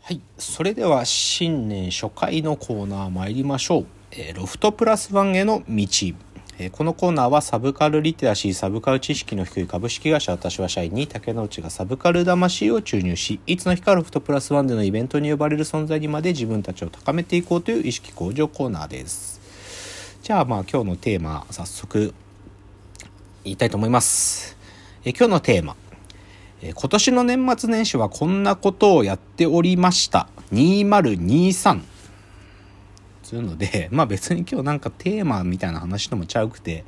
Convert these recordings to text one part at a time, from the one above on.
はい、それでは新年初回のコーナー参りましょう。ロフトプラスワンへの道。このコーナーはサブカルリテラシー、サブカル知識の低い株式会社私は社員に竹之内がサブカル魂を注入し、いつの日かロフトプラスワンでのイベントに呼ばれる存在にまで自分たちを高めていこうという意識向上コーナーです。じゃあ今日のテーマ早速言いたいと思います。今日のテーマ、今年の年末年始はこんなことをやっておりました2023というので、別に今日なんかテーマみたいな話ともちゃうくて、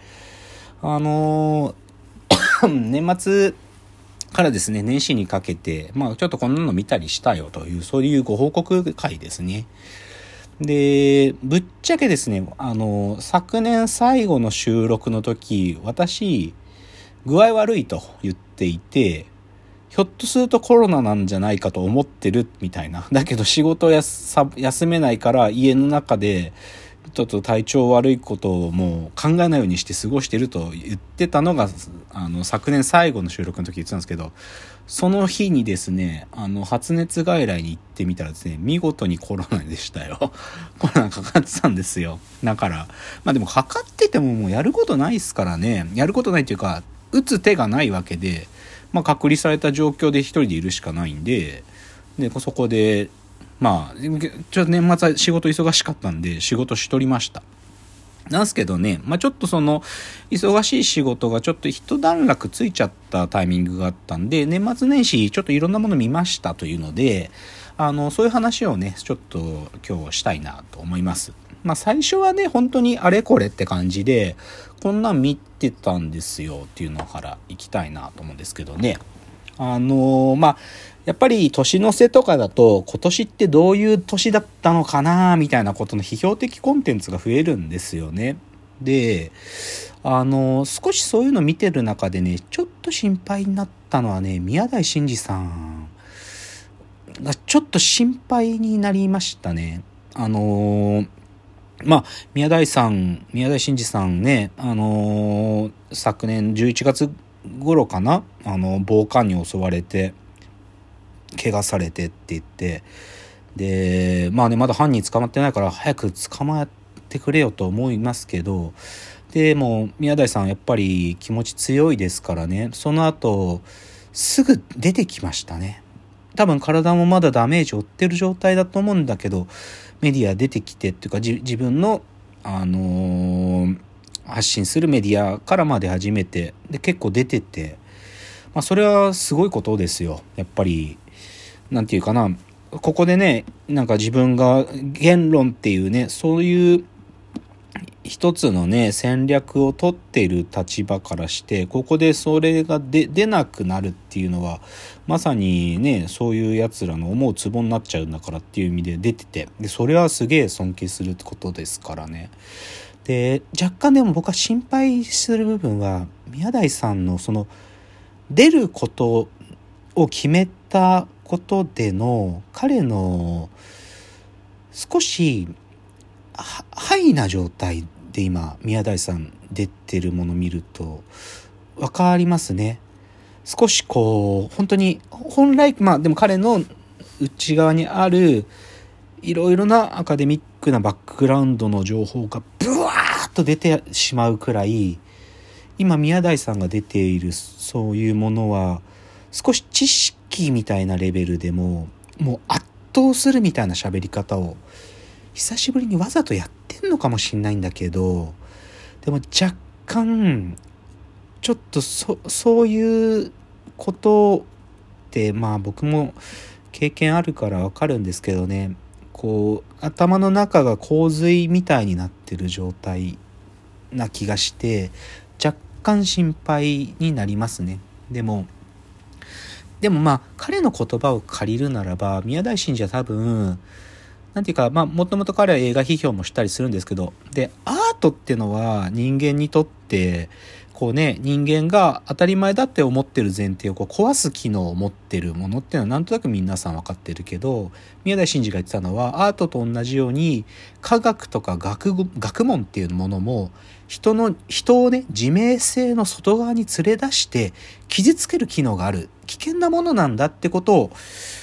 年末からですね、年始にかけてちょっとこんなの見たりしたよという、そういうご報告会ですね。で、ぶっちゃけですね、昨年最後の収録の時、私具合悪いと言っていて、ひょっとするとコロナなんじゃないかと思ってるみたいな。だけど仕事を休めないから家の中でちょっと体調悪いことをもう考えないようにして過ごしてると言ってたのが、昨年最後の収録の時言ってたんですけど、その日にですね、発熱外来に行ってみたらですね、見事にコロナでしたよ。コロナかかってたんですよ。だから、でもかかっててももうやることないですからね。やることないっていうか、打つ手がないわけで、隔離された状況で一人でいるしかないんで、そこで、ちょっと年末は仕事忙しかったんで仕事しとりました。なんすけどね、ちょっとその忙しい仕事がちょっと一段落ついちゃったタイミングがあったんで、年末年始ちょっといろんなもの見ましたというので、そういう話をね、ちょっと今日したいなと思います。最初はね、本当にあれこれって感じで、こんなん見てたんですよっていうのから行きたいなと思うんですけどね。やっぱり年の瀬とかだと今年ってどういう年だったのかなみたいなことの批評的コンテンツが増えるんですよね。で、少しそういうの見てる中でね、ちょっと心配になったのはね、宮台真司さんがちょっと心配になりましたね。宮台真司さんね、昨年11月頃かな、暴漢に襲われて怪我されてって言って、でまだ犯人捕まってないから早く捕まってくれよと思いますけど、でも宮台さんやっぱり気持ち強いですからね、その後すぐ出てきましたね。多分体もまだダメージを負ってる状態だと思うんだけど、メディア出てきてっていうか、自分の発信するメディアから出始めて、で結構出てて、それはすごいことですよ。やっぱりなんていうかな、ここでね、なんか自分が言論っていうね、そういう一つのね戦略を取っている立場からして、ここでそれが出なくなるっていうのは、まさにね、そういうやつらの思うツボになっちゃうんだからっていう意味で出てて、でそれはすげえ尊敬することですからね。で若干でも僕は心配する部分は、宮台さんのその出ることを決めたことでの彼の少しハイな状態で今宮台さん出てるものを見ると分かりますね。少しこう本当に本来でも彼の内側にあるいろいろなアカデミックなバックグラウンドの情報がブワーッと出てしまうくらい、今宮台さんが出ているそういうものは少し知識みたいなレベルでもう圧倒するみたいな喋り方を久しぶりにわざとやってんのかもしんないんだけど、でも若干ちょっとそういうことって僕も経験あるからわかるんですけどね、こう頭の中が洪水みたいになってる状態な気がして若干心配になりますね。でも彼の言葉を借りるならば、宮台真司は多分なんていうか、もともと彼は映画批評もしたりするんですけど、でアートってのは人間にとってこうね、人間が当たり前だって思ってる前提をこう壊す機能を持ってるものっていうのはなんとなく皆さん分かってるけど、宮台真司が言ってたのは、アートと同じように科学とか学問っていうものも人をね、自明性の外側に連れ出して傷つける機能がある危険なものなんだってことを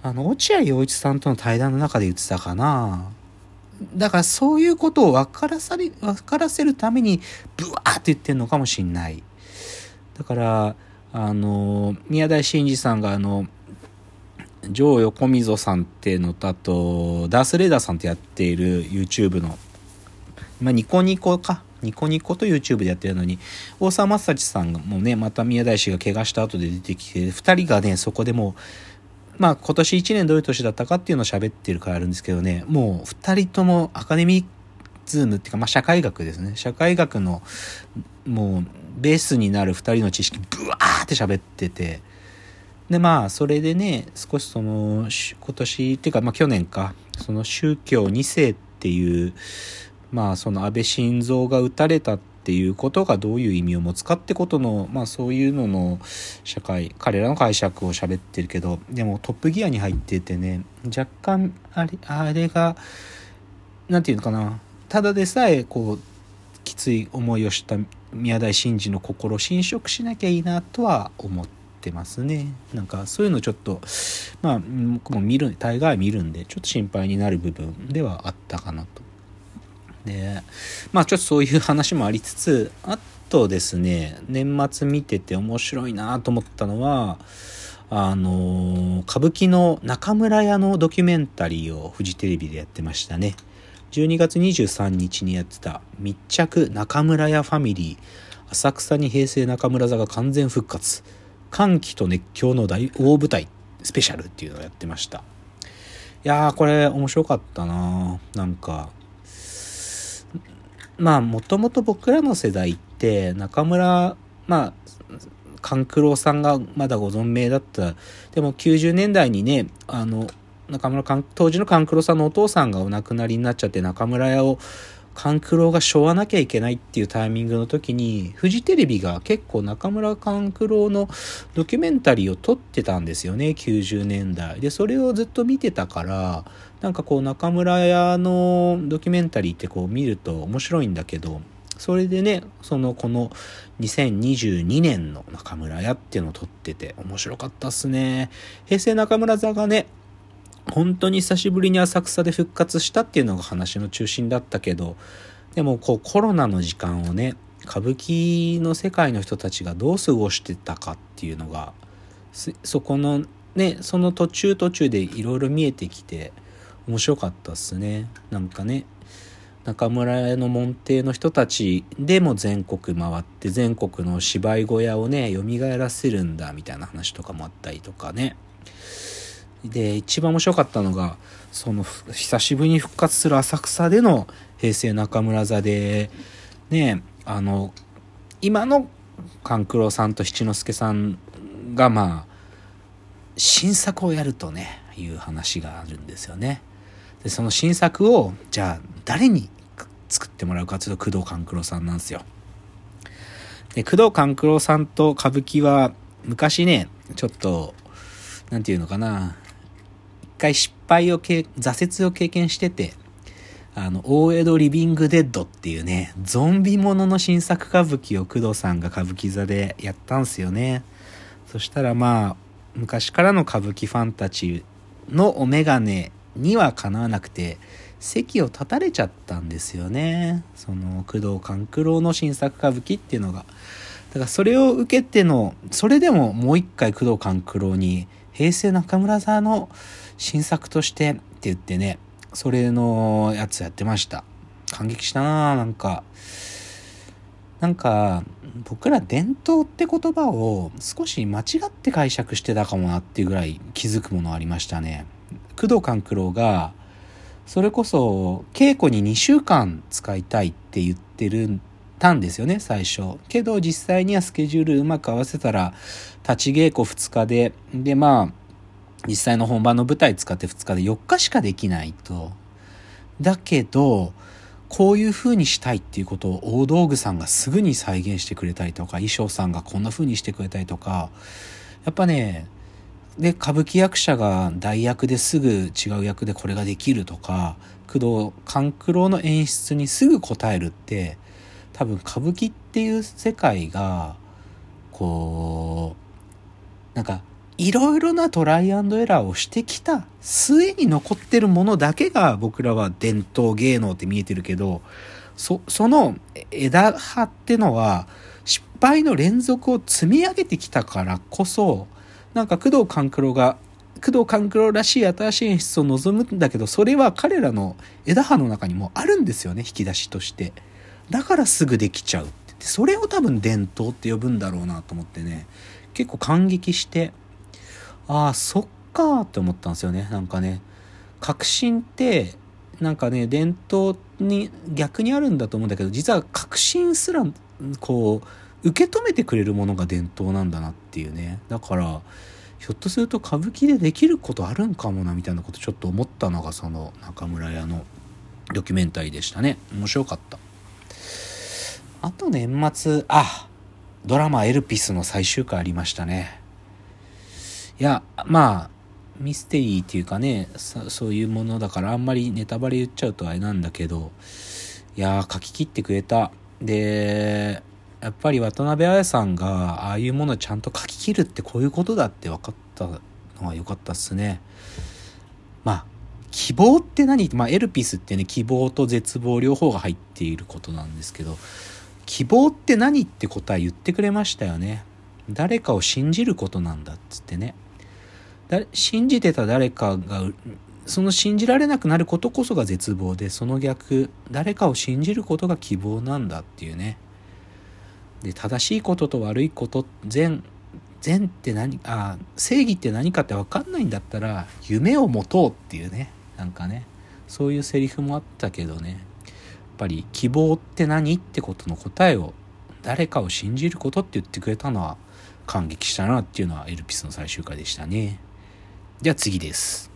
落合陽一さんとの対談の中で言ってたかな。だからそういうことを分からせるためにブワーって言ってるのかもしんない。だから宮台真司さんがジョー横溝さんっていうのと、あとダースレーダーさんってやっている YouTube の、ニコニコと YouTube でやってるのに、大沢正知さんもね、また宮台氏が怪我した後で出てきて、2人がねそこでもう今年1年どういう年だったかっていうのを喋ってるからあるんですけどね、もう2人ともアカデミズムっていうか、社会学ですね、社会学のもうベースになる2人の知識ブワーって喋ってて、でそれでね、少し今年っていうか去年か、その宗教2世っていうその安倍晋三が撃たれたっていうことがどういう意味を持つかってことのそういうのの彼らの解釈を喋ってるけど、でもトップギアに入っててね、若干あれがなんていうのかな、ただでさえきつい思いをした宮台真司の心を侵食しなきゃいいなとは思ってますね。なんかそういうのちょっと僕も大概見るんでちょっと心配になる部分ではあったかなと。でちょっとそういう話もありつつ、あとですね、年末見てて面白いなと思ったのは歌舞伎の中村屋のドキュメンタリーをフジテレビでやってましたね。12月23日にやってた密着中村屋ファミリー、浅草に平成中村座が完全復活、歓喜と熱狂の大舞台スペシャルっていうのをやってました。いやーこれ面白かったな。なんかもともと僕らの世代って中村勘九郎さんがまだご存命だった。でも90年代にね、当時の勘九郎さんのお父さんがお亡くなりになっちゃって、中村屋を勘九郎が背負わなきゃいけないっていうタイミングの時に、フジテレビが結構中村勘九郎のドキュメンタリーを撮ってたんですよね、90年代で。それをずっと見てたから、中村屋のドキュメンタリーって見ると面白いんだけど、それでね、この2022年の中村屋っていうのを撮ってて面白かったっすね。平成中村座がね、本当に久しぶりに浅草で復活したっていうのが話の中心だったけど、でもコロナの時間をね、歌舞伎の世界の人たちがどう過ごしてたかっていうのがそこのね、その途中でいろいろ見えてきて面白かったっすね。なんかね、中村屋の門弟の人たちでも全国回って全国の芝居小屋をね蘇らせるんだみたいな話とかもあったりとかね。で一番面白かったのがその久しぶりに復活する浅草での平成中村座でね、今の勘九郎さんと七之助さんが新作をやるとねいう話があるんですよね。でその新作をじゃあ誰に作ってもらうかというと工藤官九郎さんなんですよ。で工藤官九郎さんと歌舞伎は昔ねちょっとなんていうのかな、一回挫折を経験してて、大江戸リビングデッドっていうねゾンビものの新作歌舞伎を工藤さんが歌舞伎座でやったんすよね。そしたら昔からの歌舞伎ファンたちのお眼鏡にはかなわなくて席を立たれちゃったんですよね。その工藤官九郎の新作歌舞伎っていうのが。だからそれを受けてそれでももう一回工藤官九郎に平成中村座の新作としてって言ってね、それのやつやってました。感激したな。なんか僕ら伝統って言葉を少し間違って解釈してたかもなっていうぐらい気づくものありましたね。工藤官九郎がそれこそ稽古に2週間使いたいって言ってたんですよね最初。けど実際にはスケジュールうまく合わせたら立ち稽古2日で実際の本番の舞台使って2日で4日しかできないと。だけどこういう風にしたいっていうことを大道具さんがすぐに再現してくれたりとか、衣装さんがこんな風にしてくれたりとか、やっぱね、で歌舞伎役者が代役ですぐ違う役でこれができるとか、工藤官九郎の演出にすぐ応えるって、多分歌舞伎っていう世界がなんかいろいろなトライアンドエラーをしてきた末に残ってるものだけが僕らは伝統芸能って見えてるけど、その枝葉ってのは失敗の連続を積み上げてきたからこそ、なんか工藤官九郎らしい新しい演出を望むんだけど、それは彼らの枝葉の中にもあるんですよね、引き出しとして。だからすぐできちゃうって。それを多分伝統って呼ぶんだろうなと思ってね、結構感激して、ああ、そっかーって思ったんですよね。なんかね、革新って、なんかね、伝統に逆にあるんだと思うんだけど、実は革新すら、こう、受け止めてくれるものが伝統なんだなっていうね。だから、ひょっとすると歌舞伎でできることあるんかもな、みたいなことちょっと思ったのが、その中村屋のドキュメンタリーでしたね。面白かった。あと年末、ドラマエルピスの最終回ありましたね。いや、まあ、ミステリーっていうかね、そういうものだからあんまりネタバレ言っちゃうとあれなんだけど、いやー、書き切ってくれた。で、やっぱり渡辺彩さんがああいうものをちゃんと書き切るってこういうことだって分かったのは良かったっすね。まあ、希望って何？エルピスってね、希望と絶望両方が入っていることなんですけど、希望って何って答え言ってくれましたよね。誰かを信じることなんだっつってね。信じてた誰かがその信じられなくなることこそが絶望で、その逆、誰かを信じることが希望なんだっていうね。で、正しいことと悪いこと、善って正義って何かって分かんないんだったら夢を持とうっていうね、なんかね、そういうセリフもあったけどね、やっぱり希望って何ってことの答えを、誰かを信じることって言ってくれたのは感激したなっていうのはエルピスの最終回でしたね。じゃあ次です。